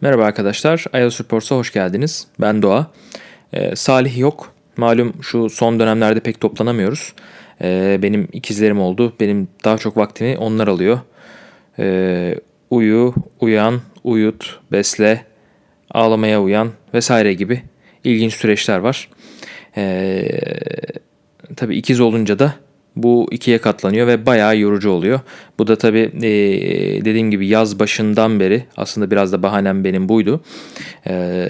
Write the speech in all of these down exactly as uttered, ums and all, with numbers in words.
Merhaba arkadaşlar, iOS Reports'a hoş geldiniz. Ben Doğa. Ee, Salih yok. Malum şu son dönemlerde pek toplanamıyoruz. Ee, benim ikizlerim oldu. Benim daha çok vaktimi onlar alıyor. Ee, uyu, uyan, uyut, besle, ağlamaya uyan vesaire gibi ilginç süreçler var. Ee, tabii ikiz olunca da bu ikiye katlanıyor ve bayağı yorucu oluyor. Bu da tabii e, dediğim gibi yaz başından beri aslında biraz da bahanem benim buydu. E,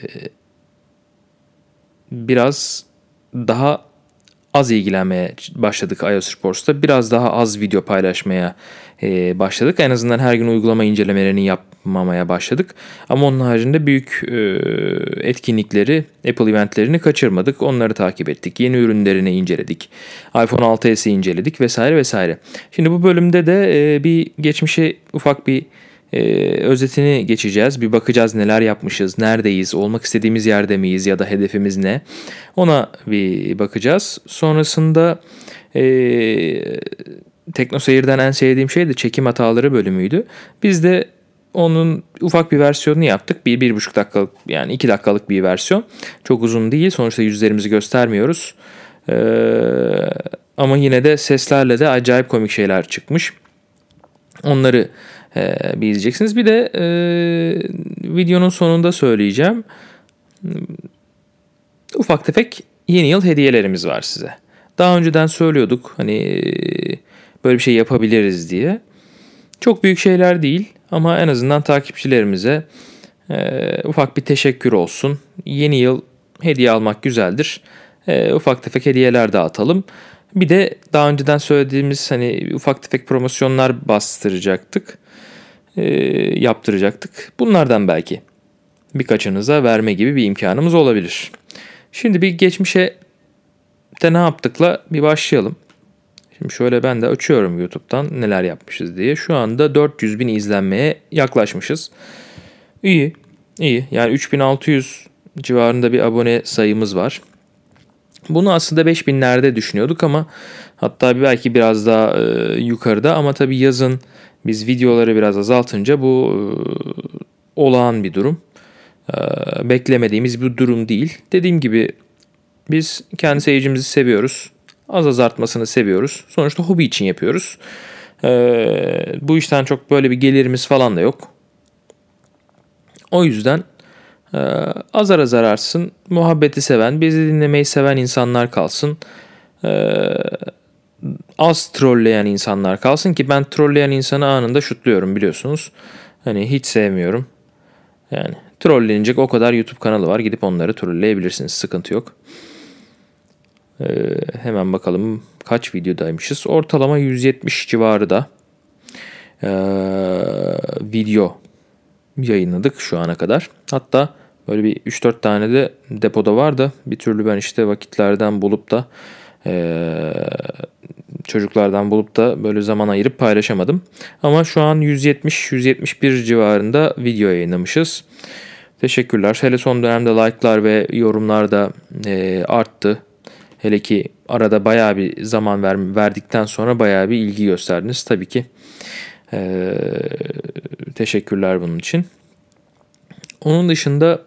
biraz daha az ilgilenmeye başladık iOS Reports'ta. Biraz daha az video paylaşmaya e, başladık. En azından her gün uygulama incelemelerini yapmamaya başladık. Ama onun haricinde büyük e, etkinlikleri, Apple eventlerini kaçırmadık. Onları takip ettik. Yeni ürünlerini inceledik. iPhone altı S'i inceledik vesaire vesaire. Şimdi bu bölümde de e, bir geçmişe ufak bir Ee, özetini geçeceğiz. Bir bakacağız neler yapmışız, neredeyiz, olmak istediğimiz yerde miyiz ya da hedefimiz ne? Ona bir bakacağız. Sonrasında e, TeknoSeyir'den en sevdiğim şey de çekim hataları bölümüydü. Biz de onun ufak bir versiyonunu yaptık. Bir, bir buçuk dakikalık yani iki dakikalık bir versiyon. Çok uzun değil. Sonuçta yüzlerimizi göstermiyoruz. Ee, ama yine de seslerle de acayip komik şeyler çıkmış. Onları e, bir izleyeceksiniz. Bir de e, videonun sonunda söyleyeceğim. Ufak tefek yeni yıl hediyelerimiz var size. Daha önceden söylüyorduk hani böyle bir şey yapabiliriz diye. Çok büyük şeyler değil ama en azından takipçilerimize e, ufak bir teşekkür olsun. Yeni yıl hediye almak güzeldir. E, ufak tefek hediyeler dağıtalım. Bir de daha önceden söylediğimiz hani ufak tefek promosyonlar bastıracaktık, e, yaptıracaktık. Bunlardan belki birkaçınıza verme gibi bir imkanımız olabilir. Şimdi bir geçmişe de ne yaptıkla bir başlayalım. Şimdi şöyle ben de açıyorum YouTube'dan neler yapmışız diye. Şu anda dört yüz bin izlenmeye yaklaşmışız. İyi, iyi. Yani üç bin altı yüz civarında bir abone sayımız var. Bunu aslında beş binlerde düşünüyorduk ama hatta belki biraz daha e, yukarıda ama tabii yazın biz videoları biraz azaltınca bu e, olağan bir durum. E, beklemediğimiz bir durum değil. Dediğim gibi biz kendi seyircimizi seviyoruz. Az az artmasını seviyoruz. Sonuçta hobi için yapıyoruz. E, bu işten çok böyle bir gelirimiz falan da yok. O yüzden Ee, azar azar artsın, muhabbeti seven, bizi dinlemeyi seven insanlar kalsın. Ee, az trolleyen insanlar kalsın ki ben trolleyen insanı anında şutluyorum biliyorsunuz. Hani hiç sevmiyorum. Yani trolleyecek o kadar YouTube kanalı var. Gidip onları trolleyebilirsiniz. Sıkıntı yok. Ee, hemen bakalım kaç videodaymışız. Ortalama yüz yetmiş civarı da ee, video yayınladık şu ana kadar. Hatta böyle bir üç dört tane de depoda var da bir türlü ben işte vakitlerden bulup da e, çocuklardan bulup da böyle zaman ayırıp paylaşamadım. Ama şu an yüz yetmiş yüz yetmiş bir civarında video yayınlamışız. Teşekkürler. Hele son dönemde like'lar ve yorumlar da e, arttı. Hele ki arada bayağı bir zaman ver, verdikten sonra bayağı bir ilgi gösterdiniz. Tabii ki e, teşekkürler bunun için. Onun dışında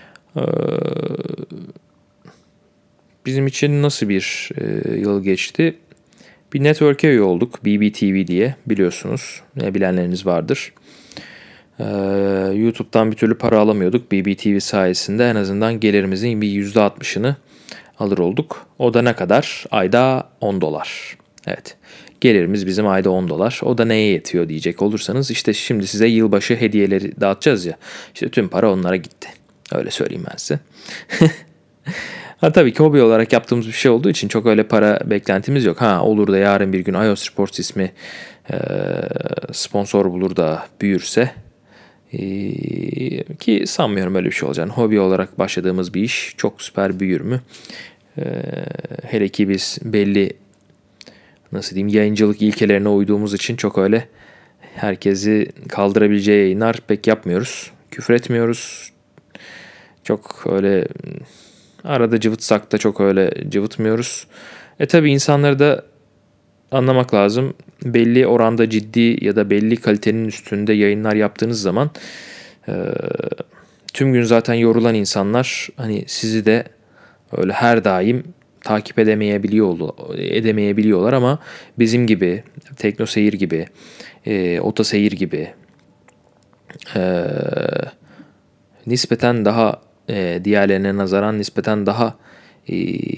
bizim için nasıl bir yıl geçti? Bir network'e üye olduk. B B T V diye biliyorsunuz. Ne bilenleriniz vardır. YouTube'dan bir türlü para alamıyorduk. B B T V sayesinde en azından gelirimizin bir yüzde altmışını alır olduk. O da ne kadar? Ayda on dolar. Evet. Gelirimiz bizim ayda on dolar. O da neye yetiyor diyecek olursanız işte şimdi size yılbaşı hediyeleri dağıtacağız ya. İşte tüm para onlara gitti. Öyle söyleyeyim ben size. Ha, tabii ki hobi olarak yaptığımız bir şey olduğu için çok öyle para beklentimiz yok. Ha olur da yarın bir gün iOS Reports ismi e, sponsor bulur da büyürse e, ki sanmıyorum öyle bir şey olacağını. Hobi olarak başladığımız bir iş çok süper büyür mü? E, hele ki biz belli nasıl diyeyim yayıncılık ilkelerine uyduğumuz için çok öyle herkesi kaldırabileceği yayınlar pek yapmıyoruz. Küfür etmiyoruz. Çok öyle arada cıvıtsak da çok öyle cıvıtmıyoruz. E tabi insanları da anlamak lazım. Belli oranda ciddi ya da belli kalitenin üstünde yayınlar yaptığınız zaman Ee, tüm gün zaten yorulan insanlar hani sizi de öyle her daim takip edemeyebiliyor edemeyebiliyorlar ama bizim gibi Tekno Seyir gibi, e, Ota Seyir gibi e, nispeten daha e, diğerlerine nazaran nispeten daha e,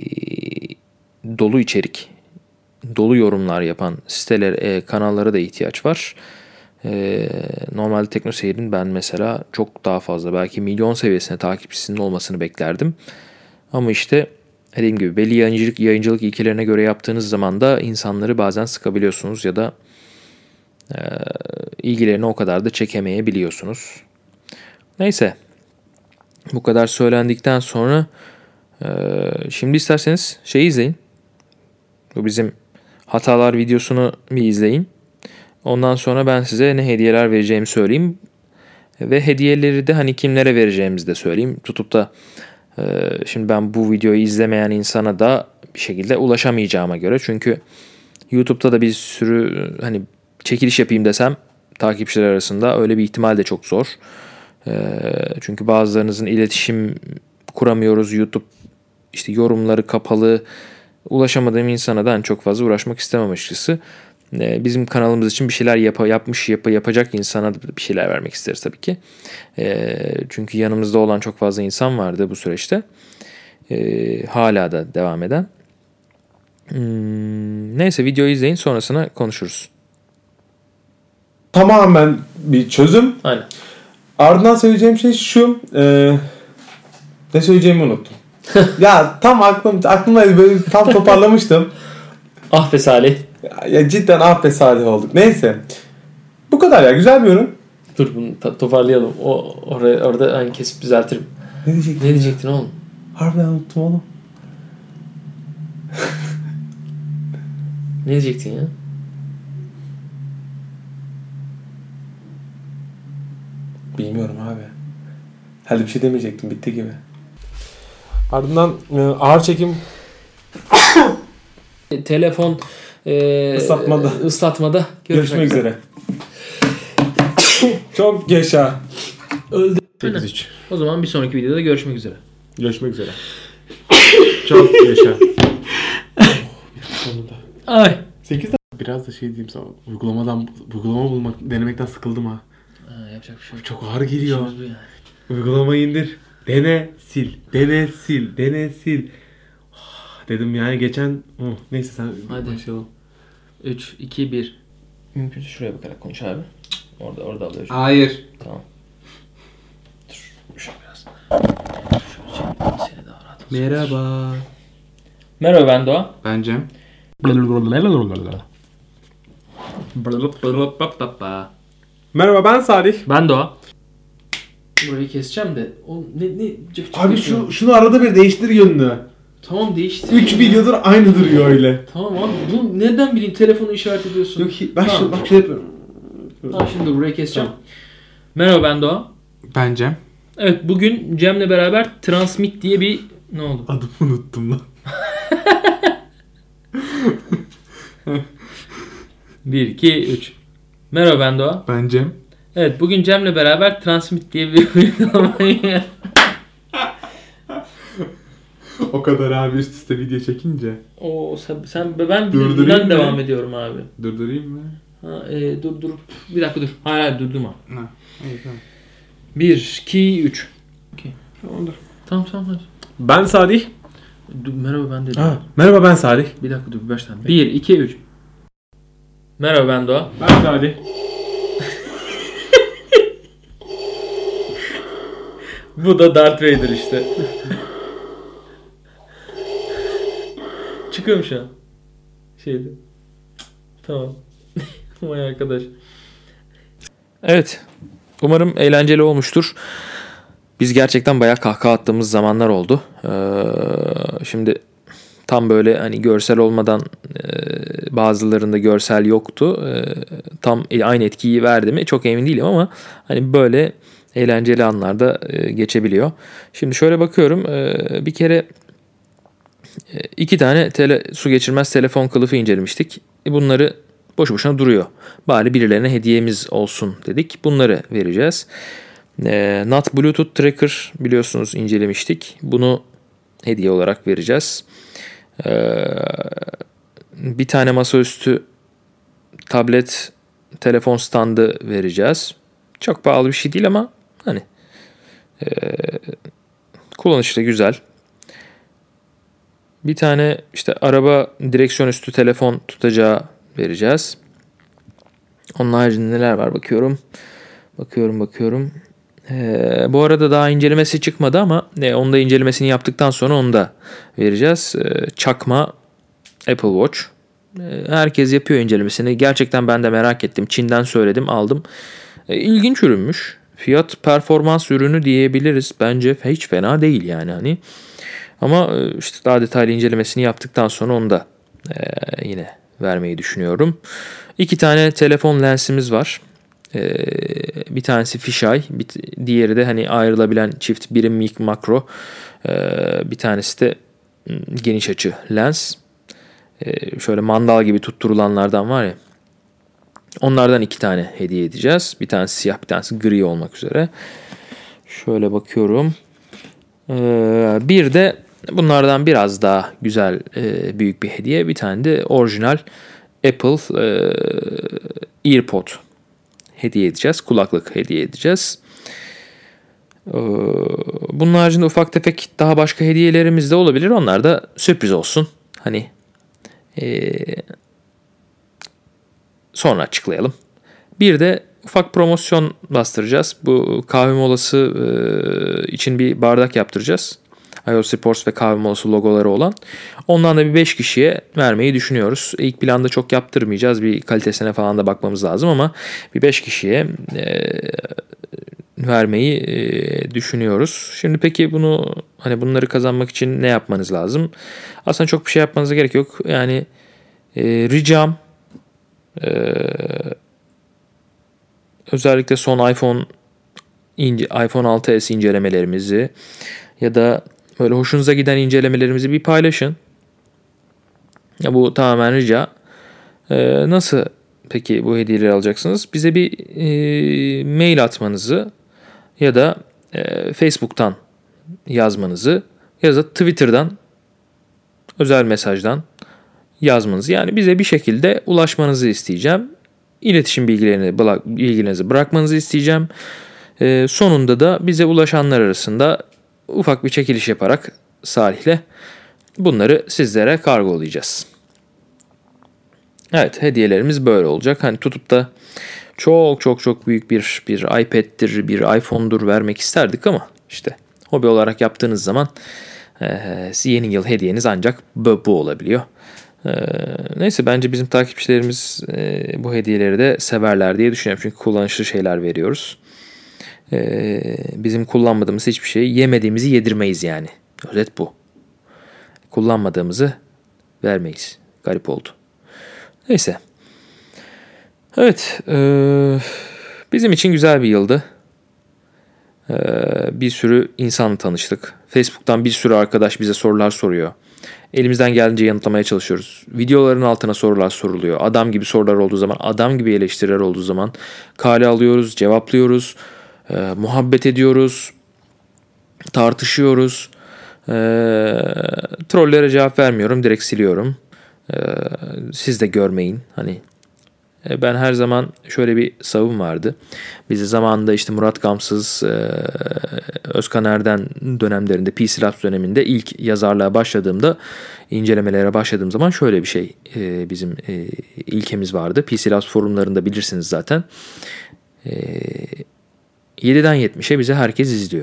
dolu içerik, dolu yorumlar yapan siteler, e, kanallara da ihtiyaç var. E, normalde Tekno Seyir'in ben mesela çok daha fazla, belki milyon seviyesine takipçisinin olmasını beklerdim. Ama işte dediğim gibi belli yayıncılık, yayıncılık ilkelerine göre yaptığınız zaman da insanları bazen sıkabiliyorsunuz ya da e, ilgilerini o kadar da çekemeyebiliyorsunuz. Neyse, bu kadar söylendikten sonra e, şimdi isterseniz şeyi izleyin. Bu bizim hatalar videosunu bir izleyin. Ondan sonra ben size ne hediyeler vereceğimi söyleyeyim. Ve hediyeleri de hani kimlere vereceğimizi de söyleyeyim. Tutup da e, şimdi ben bu videoyu izlemeyen insana da bir şekilde ulaşamayacağıma göre. Çünkü YouTube'da da bir sürü hani çekiliş yapayım desem takipçiler arasında öyle bir ihtimal de çok zor. E, çünkü bazılarınızın iletişim kuramıyoruz. YouTube işte yorumları kapalı. Ulaşamadığım insana da çok fazla uğraşmak istemem açıkçası. Ee, bizim kanalımız için bir şeyler yap yapmış yap yapacak insana da bir şeyler vermek isteriz tabii ki. Ee, çünkü yanımızda olan çok fazla insan vardı bu süreçte. Ee, hala da devam eden. Hmm, neyse videoyu izleyin, sonrasına konuşuruz. Tamamen bir çözüm. Aynen. Ardından söyleyeceğim şey şu. E, ne söyleyeceğimi unuttum. ya tam aklım aklımdaydı, böyle tam toparlamıştım. Ah be Salih. Ya, ya cidden ah be Salih olduk. Neyse. Bu kadar ya. Güzel bir yorum. Dur bunu ta- toparlayalım. O oraya orada hani kesip düzeltirim. Ne diyecektin? Ne diyecektin oğlum? Harbiden unuttum oğlum. Ne diyecektin ya? Bilmiyorum abi. Hadi bir şey demeyecektim. Bitti gibi. Ardından e, ağır çekim Telefon e, Islatmada. ıslatmada görüşmek, görüşmek üzere. Çok yaşa. Öldü. sekiz üç. O zaman bir sonraki videoda görüşmek üzere. Görüşmek üzere. Çok yaşa. Sonunda. Ay. sekiz Biraz da şey diyeyim sana. Uygulamadan uygulama bulmak, denemekten sıkıldım ha. Ha, yapacak bir şey yok. Çok ağır geliyor. Yani. Uygulamayı indir. Dene, sil. Dene, sil. Dene, sil. Dedim yani geçen... Oh, neyse sen Hadi. başlayalım. üç, iki, bir. Mümkünse şuraya bakarak konuş abi. Orada orada alıyor. Hayır. Tamam. Dur. Şöyle biraz. Şöyle çevireyim seni daha rahat olsun. Merhaba. Merhaba, ben Doğa. Ben Cem. Merhaba ben Salih. Ben Doğa. Burayı keseceğim de. O ne ne cık cık Abi yapıyor. şu şunu arada bir değiştir yönünü. Tamam, değiştir. üç videodur aynı duruyor öyle. Tamam abi. Bu nereden bileyim, telefonu işaret ediyorsun. Yok ben Tamam. şu bak şey yapıyorum. Tamam, şimdi burayı keseceğim. Merhaba, ben Doğa. Ben Cem. Evet, bugün Cem'le beraber Transmit diye bir... Ne oldu? Adımı unuttum lan. bir, iki, üç. Merhaba, ben Doğa. Ben Cem. Evet, bugün Cem'le beraber Transmit diye bir uygulamayı... O kadar abi üst üste video çekince. Oo, sen, sen ben Durdurayım bundan mı? devam ediyorum abi. Durdurayım mı? Ha, e, dur dur. Bir dakika dur. Hayır hayır, durdurma. Ha. İyi tamam. bir, iki, üç. Okay. Tamamdır. Tamam tamam hadi. Ben Salih. Dur, merhaba, ben dedim. Ha, merhaba ben Salih. Bir dakika dur, bir baştan. bir, iki, üç. Merhaba, ben Doğa. Ben Salih. Bu da Darth Vader işte. Çıkıyor mu şu an? Şeyde. Tamam. Vay arkadaş. Evet. Umarım eğlenceli olmuştur. Biz gerçekten bayağı kahkaha attığımız zamanlar oldu. Ee, şimdi tam böyle hani görsel olmadan e, bazılarında görsel yoktu. E, tam aynı etkiyi verdi mi çok emin değilim ama hani böyle eğlenceli anlarda e, geçebiliyor. Şimdi şöyle bakıyorum. E, bir kere e, iki tane tele, su geçirmez telefon kılıfı incelemiştik. E, bunları boşu boşuna duruyor. Bari birilerine hediyemiz olsun dedik. Bunları vereceğiz. E, Not Bluetooth Tracker biliyorsunuz incelemiştik. Bunu hediye olarak vereceğiz. E, bir tane masaüstü tablet, telefon standı vereceğiz. Çok pahalı bir şey değil ama hani e, kullanışlı, güzel. Bir tane işte araba direksiyon üstü telefon tutacağı vereceğiz. Onun haricinde neler var bakıyorum. Bakıyorum bakıyorum. Ee, bu arada daha incelemesi çıkmadı ama e, onu da incelemesini yaptıktan sonra onu da vereceğiz. Ee, çakma Apple Watch. Ee, herkes yapıyor incelemesini. Gerçekten ben de merak ettim. Çin'den söyledim, aldım. Ee, ilginç ürünmüş. Fiyat performans ürünü diyebiliriz. Bence hiç fena değil yani hani. Ama işte daha detaylı incelemesini yaptıktan sonra onu da e, yine vermeyi düşünüyorum. İki tane telefon lensimiz var. E, bir tanesi fisheye, bir, diğeri de hani ayrılabilen çift birim makro. E, bir tanesi de geniş açı lens. E, şöyle mandal gibi tutturulanlardan var ya. Onlardan iki tane hediye edeceğiz. Bir tanesi siyah, bir tanesi gri olmak üzere. Şöyle bakıyorum. E, bir de bunlardan biraz daha güzel, e, büyük bir hediye. Bir tane de orijinal Apple e, AirPod hediye edeceğiz. Kulaklık hediye edeceğiz. E, bunun haricinde ufak tefek daha başka hediyelerimiz de olabilir. Onlar da sürpriz olsun. Hani e, sonra açıklayalım. Bir de ufak promosyon bastıracağız. Bu kahve molası e, için bir bardak yaptıracağız. iOS Sports ve kahve molası logoları olan. Ondan da bir beş kişiye vermeyi düşünüyoruz. İlk planda çok yaptırmayacağız. Bir kalitesine falan da bakmamız lazım ama bir beş kişiye e, vermeyi e, düşünüyoruz. Şimdi peki bunu hani bunları kazanmak için ne yapmanız lazım? Aslında çok bir şey yapmanıza gerek yok. Yani e, ricam e, özellikle son iPhone ince, iPhone altı s incelemelerimizi ya da böyle hoşunuza giden incelemelerimizi bir paylaşın. Ya bu tamamen rica. Ee, nasıl peki bu hediyeleri alacaksınız? Bize bir e, mail atmanızı ya da e, Facebook'tan yazmanızı ya da Twitter'dan özel mesajdan yazmanızı. Yani bize bir şekilde ulaşmanızı isteyeceğim. İletişim bilgilerini, bilgilerinizi bırakmanızı isteyeceğim. E, sonunda da bize ulaşanlar arasında ufak bir çekiliş yaparak Salih'le bunları sizlere kargolayacağız. Evet, hediyelerimiz böyle olacak. Hani tutup da çok çok çok büyük bir bir iPad'tir, bir iPhone'dur vermek isterdik ama işte hobi olarak yaptığınız zaman e, yeni yıl hediyeniz ancak bu, bu olabiliyor. E, neyse bence bizim takipçilerimiz e, bu hediyeleri de severler diye düşünüyorum. Çünkü kullanışlı şeyler veriyoruz. E, bizim kullanmadığımız hiçbir şeyi yemediğimizi yedirmeyiz yani. Özet bu. Kullanmadığımızı vermeyiz. Garip oldu. Neyse. Evet. E, bizim için güzel bir yıldı. E, bir sürü insanla tanıştık. Facebook'tan bir sürü arkadaş bize sorular soruyor. Elimizden geldiğince yanıtlamaya çalışıyoruz. Videoların altına sorular soruluyor. Adam gibi sorular olduğu zaman, adam gibi eleştiriler olduğu zaman kale alıyoruz, cevaplıyoruz, e, muhabbet ediyoruz, tartışıyoruz. E, trollere cevap vermiyorum, direkt siliyorum. E, siz de görmeyin. Hani e, ben her zaman şöyle bir savım vardı. Bizi zamanında işte Murat Gamsız, e, Özkan Erden dönemlerinde, P C Labs döneminde ilk yazarlığa başladığımda, incelemelere başladığım zaman şöyle bir şey e, bizim e, ilkemiz vardı. P C Labs forumlarında bilirsiniz zaten. E, yediden yetmişe bize herkes izliyor.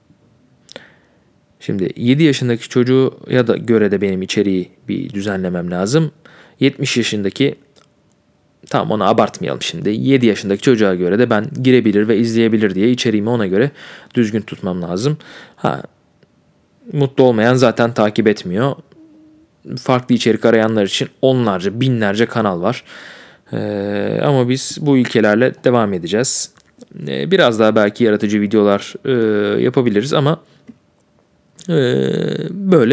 Şimdi yedi yaşındaki çocuğu ya da göre de benim içeriği bir düzenlemem lazım. yetmiş yaşındaki, tamam onu abartmayalım şimdi, yedi yaşındaki çocuğa göre de ben girebilir ve izleyebilir diye içeriğimi ona göre düzgün tutmam lazım. Ha, mutlu olmayan zaten takip etmiyor. Farklı içerik arayanlar için onlarca, binlerce kanal var. Ee, ama biz bu ilkelerle devam edeceğiz. Ee, biraz daha belki yaratıcı videolar e, yapabiliriz ama e, böyle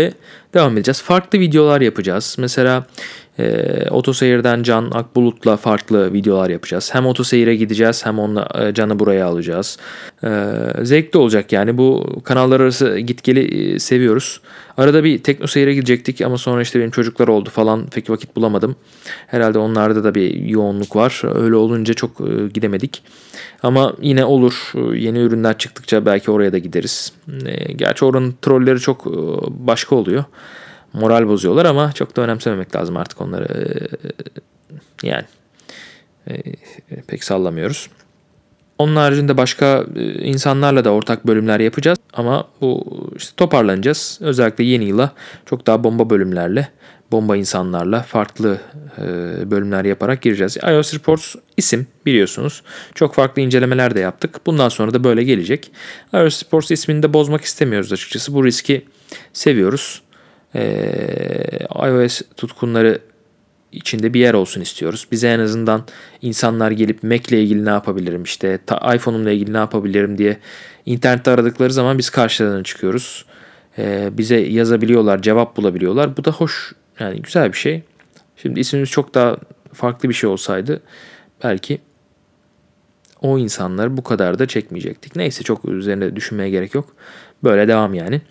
devam edeceğiz. Farklı videolar yapacağız. Mesela e, Otoseyir'den Can Akbulut'la farklı videolar yapacağız. Hem Otoseyir'e gideceğiz hem onunla e, Can'ı buraya alacağız. E, zevkli olacak yani. Bu kanallar arası git geli e, seviyoruz. Arada bir Teknoseyir'e gidecektik ama sonra işte benim çocuklar oldu falan. Pek vakit bulamadım. Herhalde onlarda da bir yoğunluk var. Öyle olunca çok e, gidemedik. Ama yine olur. Yeni ürünler çıktıkça belki oraya da gideriz. E, gerçi oranın trolleri çok e, başka oluyor. Moral bozuyorlar ama çok da önemsememek lazım artık onları. E, yani e, pek sallamıyoruz. Onun haricinde başka insanlarla da ortak bölümler yapacağız. Ama bu işte toparlanacağız. Özellikle yeni yıla çok daha bomba bölümlerle, bomba insanlarla farklı bölümler yaparak gireceğiz. iOS Reports isim biliyorsunuz. Çok farklı incelemeler de yaptık. Bundan sonra da böyle gelecek. iOS Reports ismini de bozmak istemiyoruz açıkçası. Bu riski seviyoruz. Ee, iOS tutkunları içinde bir yer olsun istiyoruz. Bize en azından insanlar gelip Mac ile ilgili ne yapabilirim, işte iPhone'umla ilgili ne yapabilirim diye internette aradıkları zaman biz karşılarına çıkıyoruz. Ee, bize yazabiliyorlar, cevap bulabiliyorlar. Bu da hoş, yani güzel bir şey. Şimdi ismimiz çok daha farklı bir şey olsaydı belki o insanları bu kadar da çekmeyecektik. Neyse, çok üzerine düşünmeye gerek yok. Böyle devam yani.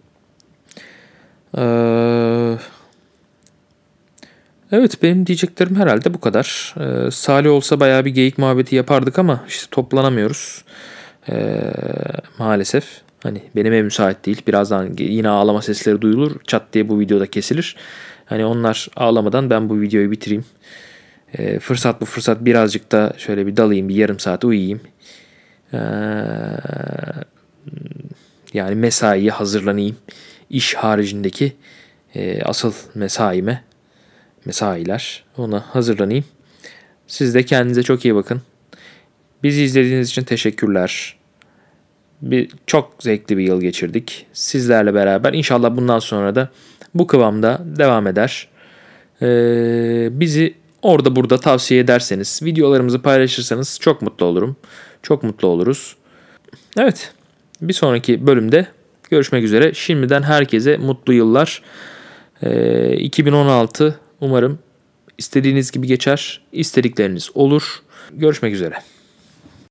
Eee... Evet, benim diyeceklerim herhalde bu kadar. Ee, Salih olsa bayağı bir geyik muhabbeti yapardık ama işte toplanamıyoruz. Ee, maalesef. Hani benim ev müsait değil. Birazdan yine ağlama sesleri duyulur. Çat diye bu videoda kesilir. Hani onlar ağlamadan ben bu videoyu bitireyim. Ee, fırsat bu fırsat birazcık da şöyle bir dalayım. Bir yarım saat uyuyayım. Ee, yani mesaiye hazırlanayım. İş haricindeki e, asıl mesaime. Mesailer. Ona hazırlanayım. Siz de kendinize çok iyi bakın. Bizi izlediğiniz için teşekkürler. Bir, çok zevkli bir yıl geçirdik. Sizlerle beraber. İnşallah bundan sonra da bu kıvamda devam eder. Ee, bizi orada burada tavsiye ederseniz, videolarımızı paylaşırsanız çok mutlu olurum. Çok mutlu oluruz. Evet. Bir sonraki bölümde görüşmek üzere. Şimdiden herkese mutlu yıllar. Ee, iki bin on altı umarım istediğiniz gibi geçer, istedikleriniz olur. Görüşmek üzere.